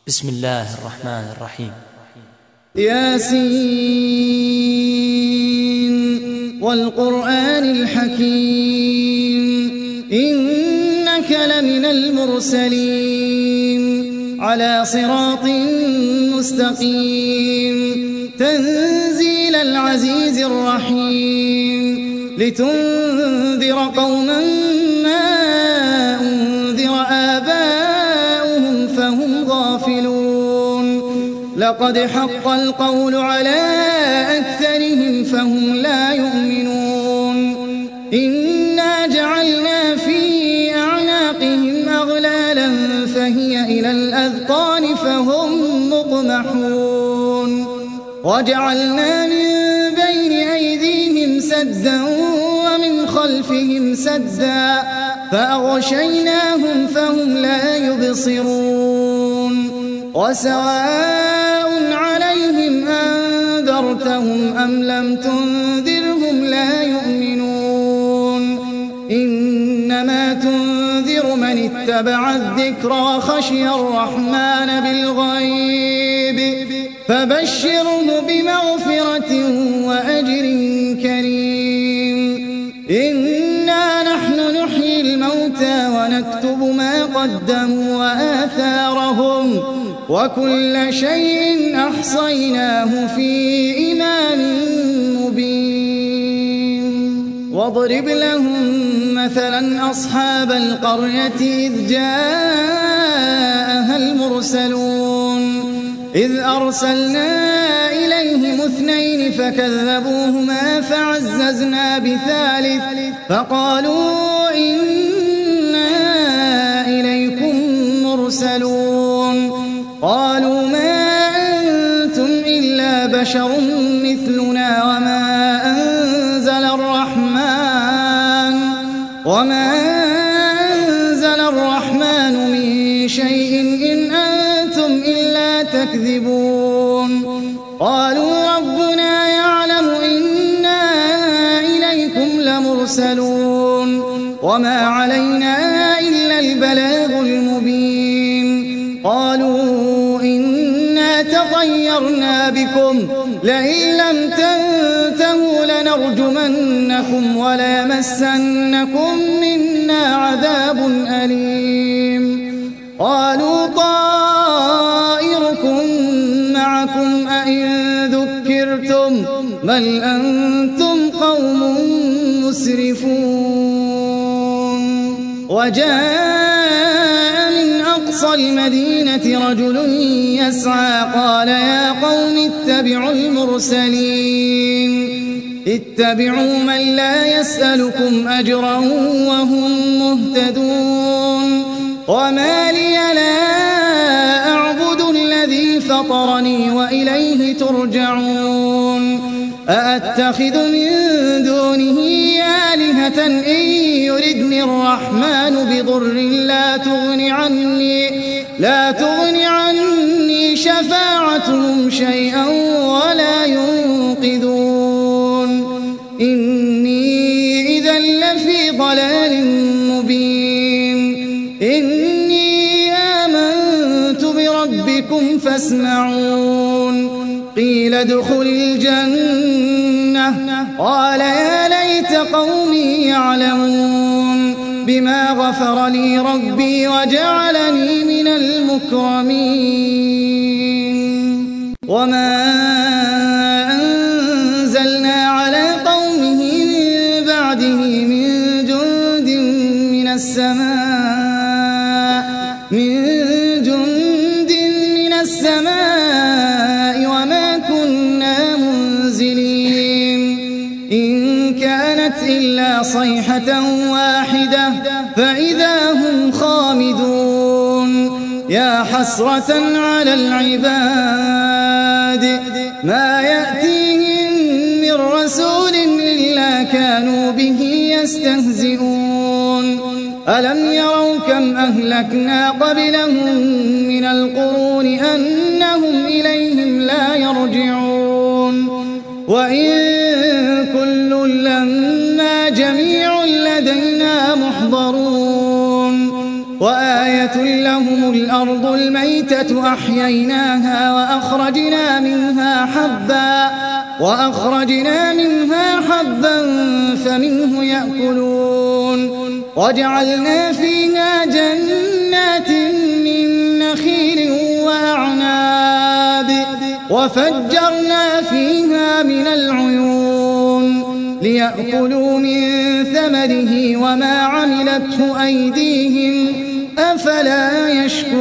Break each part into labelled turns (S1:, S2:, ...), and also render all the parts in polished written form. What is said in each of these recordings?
S1: بسم الله الرحمن الرحيم.
S2: ياسين والقرآن الحكيم إنك لمن المرسلين على صراط مستقيم تنزيل العزيز الرحيم لتنذر قوما ما أنذر آباؤهم فهم غافلون لقد حق القول على أكثرهم فهم لا يؤمنون إنا جعلنا في أعناقهم أغلالا فهي إلى الأذقان فهم مقمحون وجعلنا من بين أيديهم سدا ومن خلفهم سدا فأغشيناهم فهم لا يبصرون وسواء عليهم أنذرتهم أم لم تنذرهم لا يؤمنون إنما تنذر من اتبع الذكر وخشي الرحمن بالغيب فبشره بمغفرة وأجر كريم إنا نحن نحيي الموتى ونكتب ما قدموا وآثارهم وكل شيء أحصيناه في إمام مبين واضرب لهم مثلا أصحاب القرية إذ جاءها المرسلون إذ أرسلنا إليهم 2 فكذبوهما فعززنا بثالث فقالوا إنا إليكم مرسلون قالوا ما أنتم إلا بشر مثلنا وما أنزل الرحمن من شيء إن أنتم إلا تكذبون قالوا ربنا يعلم إنا إليكم لمرسلون وما علينا إلا البلاغ المبين قالوا إنا تطيرنا بكم لئن لم تنتهوا لنرجمنكم وليمسنكم منا عذاب أليم قالوا طائركم معكم أئن ذكرتم بل أنتم قوم مسرفون وجاء من أقصى المدينة رجل يسعى قال يا قوم اتبعوا المرسلين اتبعوا من لا يسألكم أجرا وهم مهتدون وما لي لا أعبد الذي فطرني وإليه ترجعون أأتخذ من دونه آلهة إن يردني الرحمن بضر لا تغن عني شفاعتهم شيئا ولا ينقذون إني إذا لفي ضلال مبين إني آمنت بربكم فاسمعون قيل ادخل الجنة قال يا ليت قومي يعلمون بما غفر لي ربي وجعلني من المكرمين وما أنزلنا على قومه من بعده من جند من السماء وما كنا منزلين إن كانت إلا صيحة واحدة فإذا هم خامدون يا حسرة على العباد ما يأتيهم من رسول إلا كانوا به يستهزئون ألم يروا كم أهلكنا قبلهم من القرون أنهم إليهم لا يرجعون وإن كل لما جميع لدينا محضرون وآية وآية لهم الأرض الميتة أحييناها وأخرجنا منها حبا فمنه يأكلون وجعلنا فيها جنات من نخيل وأعناب وفجرنا فيها من العيون ليأكلوا من ثمره وما عملته أيديهم أفلا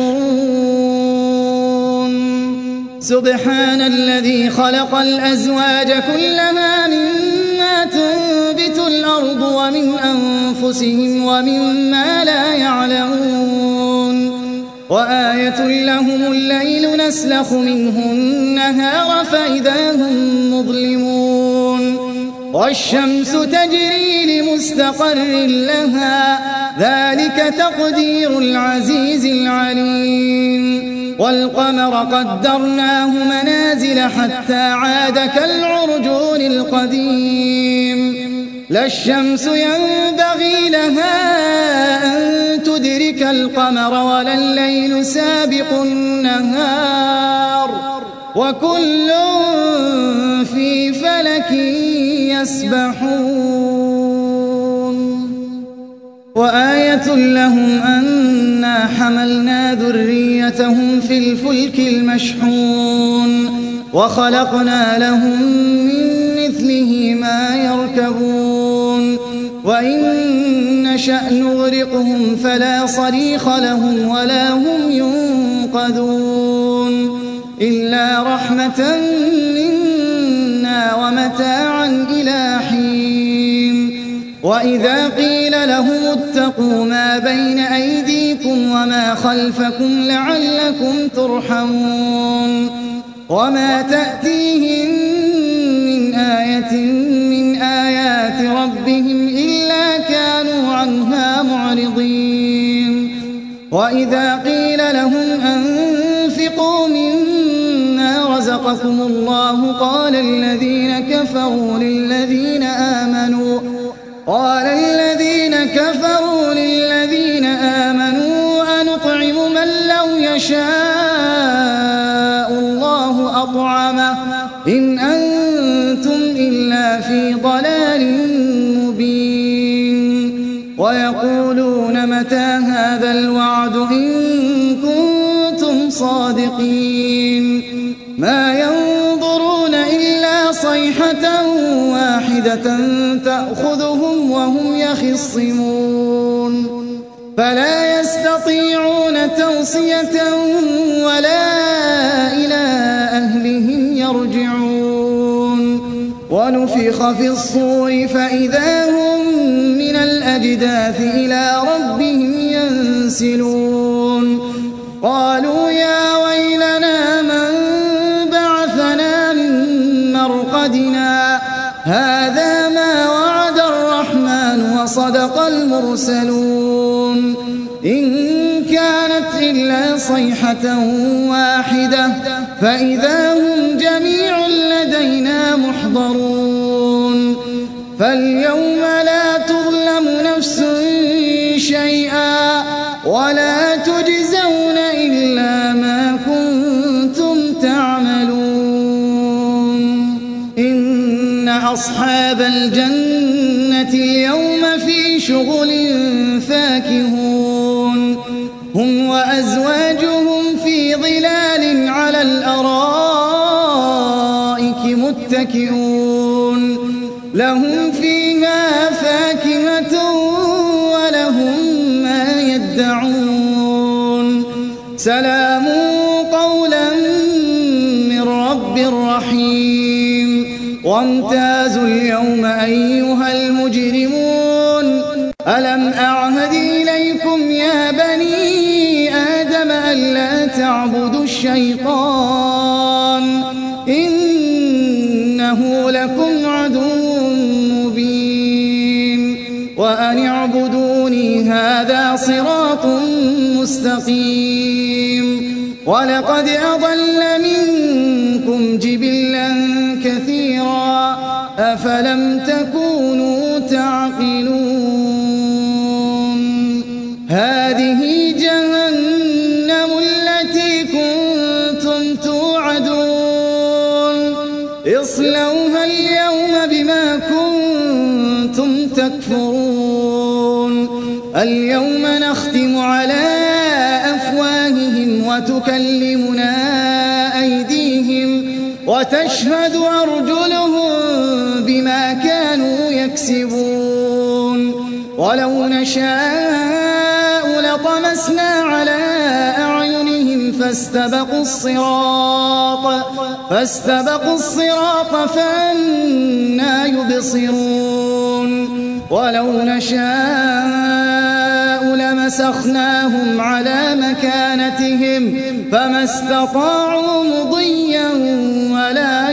S2: يشكرون سبحان الذي خلق الأزواج كلها مما تنبت الأرض ومن أنفسهم ومما لا يعلمون وآية لهم الليل نسلخ منه النهار فإذا هم مظلمون والشمس تجري لمستقر لها ذلك تقدير العزيز العليم والقمر قدرناه منازل حتى عاد كالعرجون القديم لا الشمس ينبغي لها أن تدرك القمر ولا الليل سابق النهار وكل في فلك يسبحون وآية لهم أنا حملنا ذريتهم في الفلك المشحون وخلقنا لهم من مثله ما يركبون وإن نشأ نغرقهم فلا صريخ لهم ولا هم ينقذون إلا رحمة منا ومتاعا إلى حين وإذا قيل لهم اتقوا ما بين أيديكم وما خلفكم لعلكم ترحمون وما تأتيهم من آية من آيات ربهم إلا كانوا عنها معرضين وإذا قيل لهم أنفقوا مما رزقكم الله قال الذين كفروا للذين آمنوا أنطعم من لو يشاء الله أطعمه إن أنتم إلا في ضلال مبين ويقولون متى هذا الوعد إن كنتم صادقين ما ينظرون إلا صيحة واحدة تأخذهم وهم يخصمون فلا يستطيعون توصية ولا إلى أهلهم يرجعون ونفخ في الصور فإذا هم من الأجداث إلى ربهم ينسلون قالوا يا ويلنا من بعثنا من مرقدنا هذا ما وعد الرحمن وصدق المرسلون إن كانت إلا صيحة واحدة فإذا هم جميع لدينا محضرون فاليوم لا تظلم نفس شيئا ولا تجزون إلا ما كنتم تعملون إن أصحاب الجنة اليوم في شغل فاكهون هم وأزواجهم في ظلال على الأرائك متكئون لهم فيها فاكهة ولهم ما يدعون سلام قولا من رب رحيم وامتازوا اليوم أيها المجرمون ألم أعهد إليكم يا بني آدم ألا تعبدوا الشيطان إنه لكم عدو مبين وأن اعبدوني هذا صراط مستقيم ولقد أضل منكم جبلا كثيرا أفلم تكونوا تعقلون هذه جهنم اصلوها اليوم بما كنتم تكفرون اليوم نختم على أفواههم وتكلمنا أيديهم وتشهد أرجلهم بما كانوا يكسبون ولو نشاء لطمسنا على أعينهم فاستبقوا الصراط فأنى يبصرون ولو نشاء لمسخناهم على مكانتهم فما استطاعوا مضيا ولا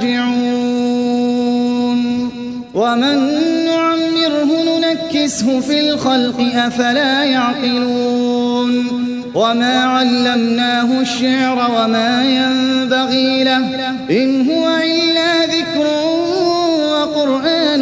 S2: يرجعون ومن نعمره ننكسه في الخلق أفلا يعقلون وما علمناه الشعر وما ينبغي له إن هو إلا ذكر وقرآن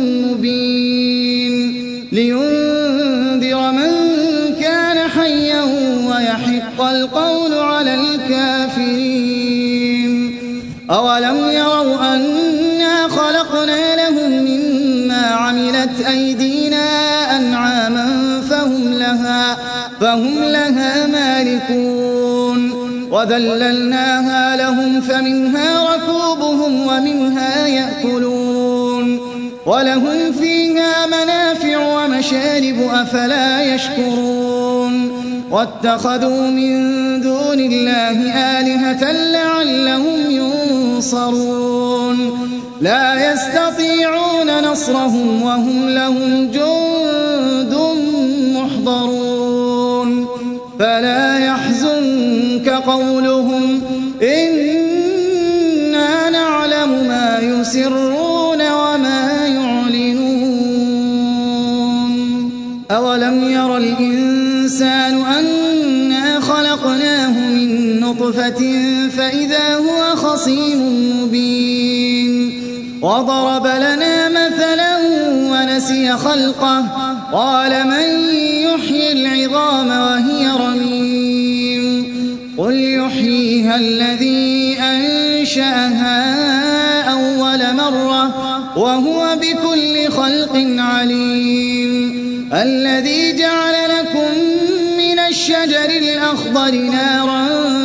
S2: مبين لينذر من كان حيا ويحق القول على الكافرين أولم يروا أنا خلقنا لهم مما عملت أيدينا أنعاما فهم لها مالكون وذللناها لهم فمنها ركوبهم ومنها يأكلون ولهم فيها منافع ومشارب أفلا يشكرون واتخذوا من دون الله آلهة لعلهم ينصرون لا يستطيعون نصرهم وهم لهم جند محضرون فلا يحزنك قولهم إنا نعلم ما يسرون وما يعلنون أولم ير الإنسان أنا خلقناه من نطفة فإذا هو خصيم مبين وضرب لنا مثلا ونسي خلقه قال من يحيي العظام وهي رميم قل يحييها الذي أنشأها أول مرة وهو بكل خلق عليم الذي جعل لكم من الشجر الأخضر نارا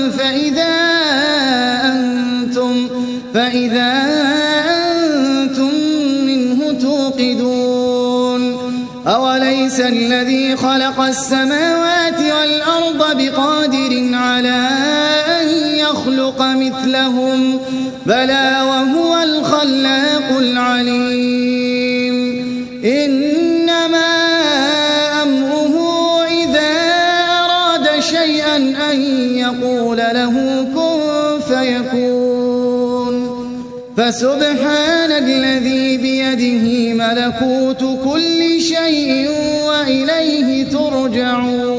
S2: فإذا أنتم منه توقدون أوليس الذي خلق السماوات والأرض بقادر على أن يخلق مثلهم بلى وهو الخلاق العليم إنما أمره إذا أراد شيئا أن يقول له كن فيكون فسبحان الذي بيده ملكوت كل شيء وإليه ترجعون